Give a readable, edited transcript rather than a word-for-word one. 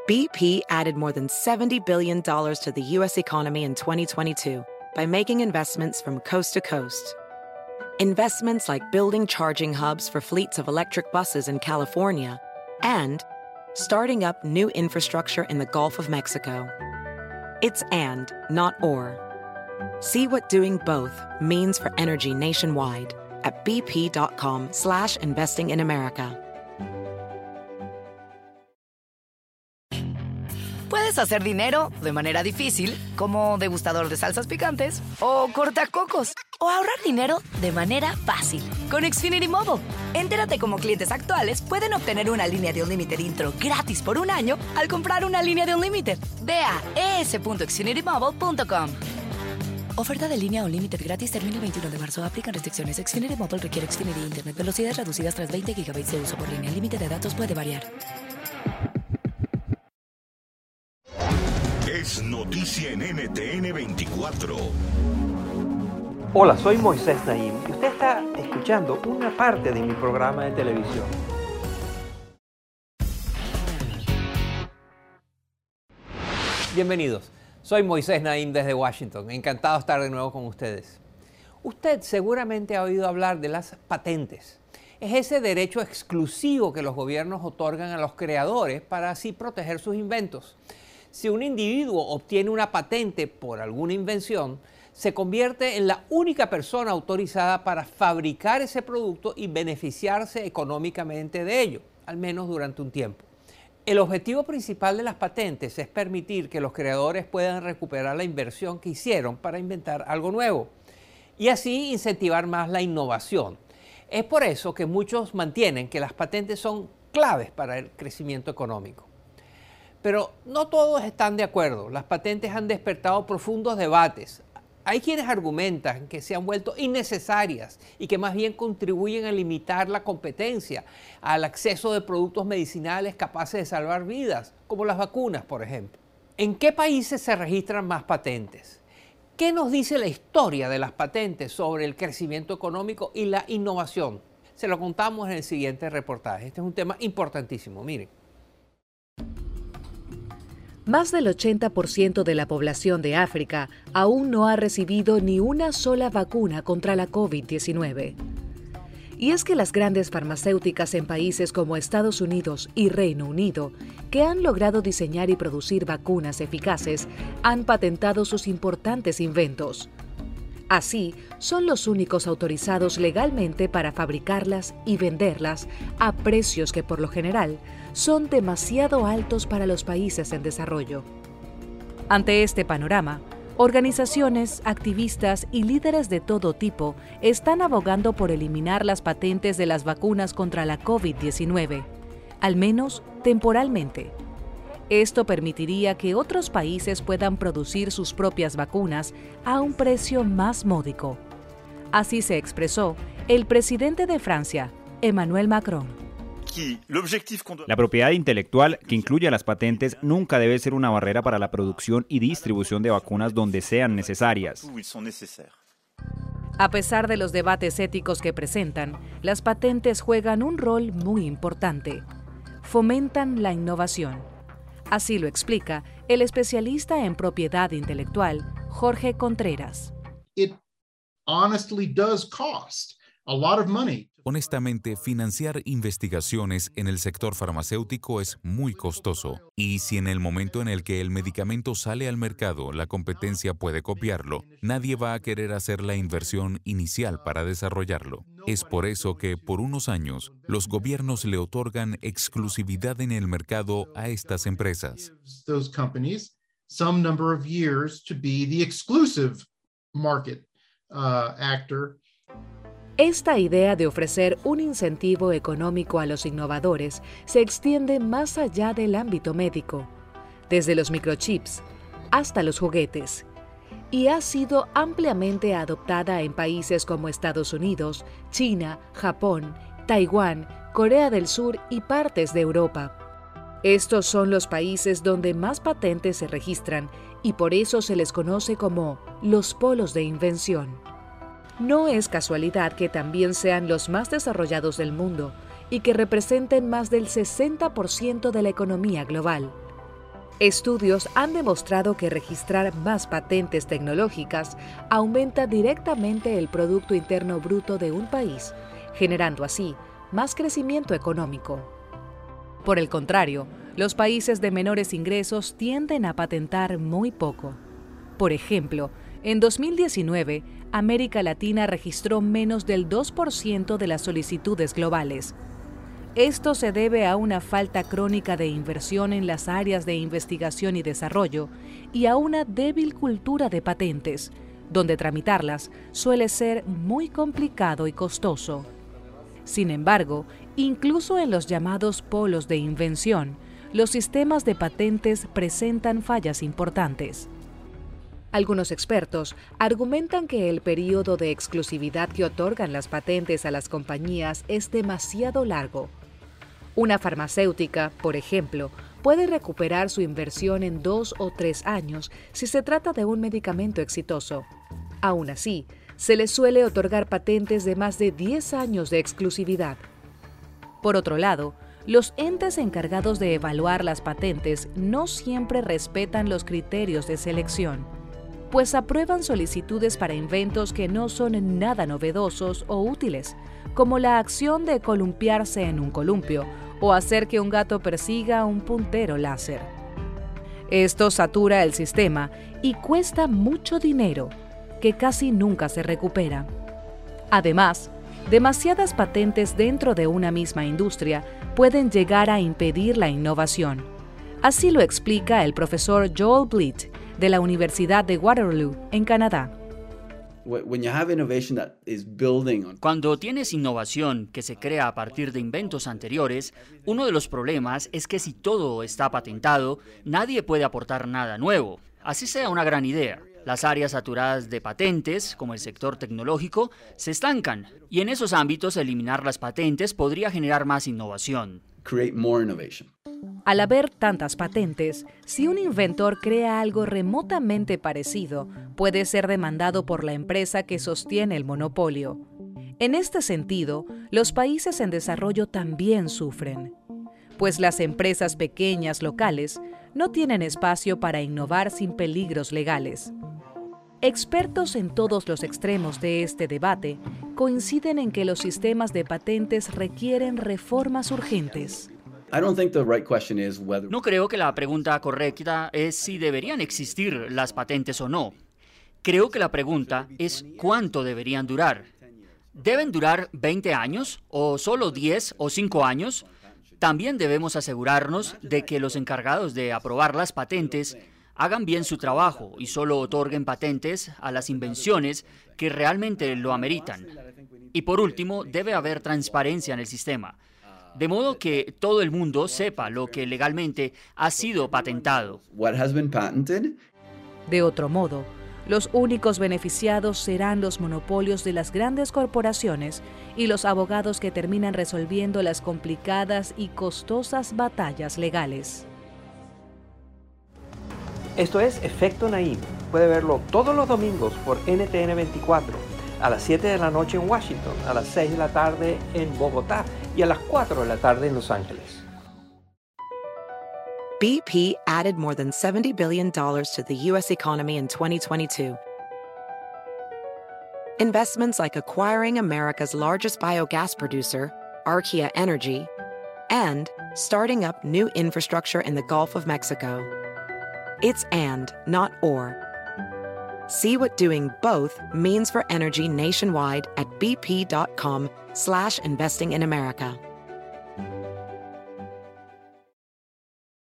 BP added more than $70 billion to the U.S. economy in 2022 by making investments from coast to coast. Investments like building charging hubs for fleets of electric buses in California and starting up new infrastructure in the Gulf of Mexico. It's and, not or. See what doing both means for energy nationwide at bp.com/investing in America. Puedes hacer dinero de manera difícil, como degustador de salsas picantes, o cortacocos, o ahorrar dinero de manera fácil con Xfinity Mobile. Entérate cómo clientes actuales pueden obtener una línea de Unlimited intro gratis por un año al comprar una línea de Unlimited. Ve a es.xfinitymobile.com. Oferta de línea Unlimited gratis termina el 21 de marzo. Aplican restricciones. Xfinity Mobile requiere Xfinity Internet. Velocidades reducidas tras 20 GB de uso por línea. El límite de datos puede variar. Es noticia en NTN 24. Hola, soy Moisés Naim y usted está escuchando una parte de mi programa de televisión. Bienvenidos, soy Moisés Naim desde Washington. Encantado de estar de nuevo con ustedes. Usted seguramente ha oído hablar de las patentes. Es ese derecho exclusivo que los gobiernos otorgan a los creadores para así proteger sus inventos. Si un individuo obtiene una patente por alguna invención, se convierte en la única persona autorizada para fabricar ese producto y beneficiarse económicamente de ello, al menos durante un tiempo. El objetivo principal de las patentes es permitir que los creadores puedan recuperar la inversión que hicieron para inventar algo nuevo y así incentivar más la innovación. Es por eso que muchos mantienen que las patentes son claves para el crecimiento económico. Pero no todos están de acuerdo. Las patentes han despertado profundos debates. Hay quienes argumentan que se han vuelto innecesarias y que más bien contribuyen a limitar la competencia, al acceso de productos medicinales capaces de salvar vidas, como las vacunas, por ejemplo. ¿En qué países se registran más patentes? ¿Qué nos dice la historia de las patentes sobre el crecimiento económico y la innovación? Se lo contamos en el siguiente reportaje. Este es un tema importantísimo, miren. Más del 80% de la población de África aún no ha recibido ni una sola vacuna contra la COVID-19. Y es que las grandes farmacéuticas en países como Estados Unidos y Reino Unido, que han logrado diseñar y producir vacunas eficaces, han patentado sus importantes inventos. Así, son los únicos autorizados legalmente para fabricarlas y venderlas a precios que por lo general son demasiado altos para los países en desarrollo. Ante este panorama, organizaciones, activistas y líderes de todo tipo están abogando por eliminar las patentes de las vacunas contra la COVID-19, al menos temporalmente. Esto permitiría que otros países puedan producir sus propias vacunas a un precio más módico. Así se expresó el presidente de Francia, Emmanuel Macron. La propiedad intelectual, que incluye las patentes, nunca debe ser una barrera para la producción y distribución de vacunas donde sean necesarias. A pesar de los debates éticos que presentan, las patentes juegan un rol muy importante. Fomentan la innovación. Así lo explica el especialista en propiedad intelectual, Jorge Contreras. Honestamente, financiar investigaciones en el sector farmacéutico es muy costoso. Y si en el momento en el que el medicamento sale al mercado la competencia puede copiarlo, nadie va a querer hacer la inversión inicial para desarrollarlo. Es por eso que, por unos años, los gobiernos le otorgan exclusividad en el mercado a estas empresas. Esta idea de ofrecer un incentivo económico a los innovadores se extiende más allá del ámbito médico, desde los microchips hasta los juguetes, y ha sido ampliamente adoptada en países como Estados Unidos, China, Japón, Taiwán, Corea del Sur y partes de Europa. Estos son los países donde más patentes se registran y por eso se les conoce como los polos de invención. No es casualidad que también sean los más desarrollados del mundo y que representen más del 60% de la economía global. Estudios han demostrado que registrar más patentes tecnológicas aumenta directamente el Producto Interno Bruto de un país, generando así más crecimiento económico. Por el contrario, los países de menores ingresos tienden a patentar muy poco. Por ejemplo, en 2019, América Latina registró menos del 2% de las solicitudes globales. Esto se debe a una falta crónica de inversión en las áreas de investigación y desarrollo y a una débil cultura de patentes, donde tramitarlas suele ser muy complicado y costoso. Sin embargo, incluso en los llamados polos de invención, los sistemas de patentes presentan fallas importantes. Algunos expertos argumentan que el período de exclusividad que otorgan las patentes a las compañías es demasiado largo. Una farmacéutica, por ejemplo, puede recuperar su inversión en 2 o 3 años si se trata de un medicamento exitoso. Aún así, se les suele otorgar patentes de más de 10 años de exclusividad. Por otro lado, los entes encargados de evaluar las patentes no siempre respetan los criterios de selección, pues aprueban solicitudes para inventos que no son nada novedosos o útiles, como la acción de columpiarse en un columpio o hacer que un gato persiga un puntero láser. Esto satura el sistema y cuesta mucho dinero, que casi nunca se recupera. Además, demasiadas patentes dentro de una misma industria pueden llegar a impedir la innovación. Así lo explica el profesor Joel Blitt, de la Universidad de Waterloo, en Canadá. Cuando tienes innovación que se crea a partir de inventos anteriores, uno de los problemas es que si todo está patentado, nadie puede aportar nada nuevo. Así sea una gran idea. Las áreas saturadas de patentes, como el sector tecnológico, se estancan, y en esos ámbitos eliminar las patentes podría generar más innovación. Al haber tantas patentes, si un inventor crea algo remotamente parecido, puede ser demandado por la empresa que sostiene el monopolio. En este sentido, los países en desarrollo también sufren, pues las empresas pequeñas locales no tienen espacio para innovar sin peligros legales. Expertos en todos los extremos de este debate coinciden en que los sistemas de patentes requieren reformas urgentes. No creo que la pregunta correcta es si deberían existir las patentes o no. Creo que la pregunta es cuánto deberían durar. ¿Deben durar 20 años o solo 10 o 5 años? También debemos asegurarnos de que los encargados de aprobar las patentes hagan bien su trabajo y solo otorguen patentes a las invenciones que realmente lo ameritan. Y por último, debe haber transparencia en el sistema, de modo que todo el mundo sepa lo que legalmente ha sido patentado. De otro modo, los únicos beneficiados serán los monopolios de las grandes corporaciones y los abogados que terminan resolviendo las complicadas y costosas batallas legales. Esto es Efecto Naim. Puede verlo todos los domingos por NTN 24, a las 7 de la noche en Washington, a las 6 de la tarde en Bogotá y a las 4 de la tarde en Los Ángeles. BP added more than $70 billion to the U.S. economy in 2022. Investments like acquiring America's largest biogas producer, Archaea Energy, and starting up new infrastructure in the Gulf of Mexico. It's and, not or. See what doing both means for energy nationwide at bp.com/investing in America.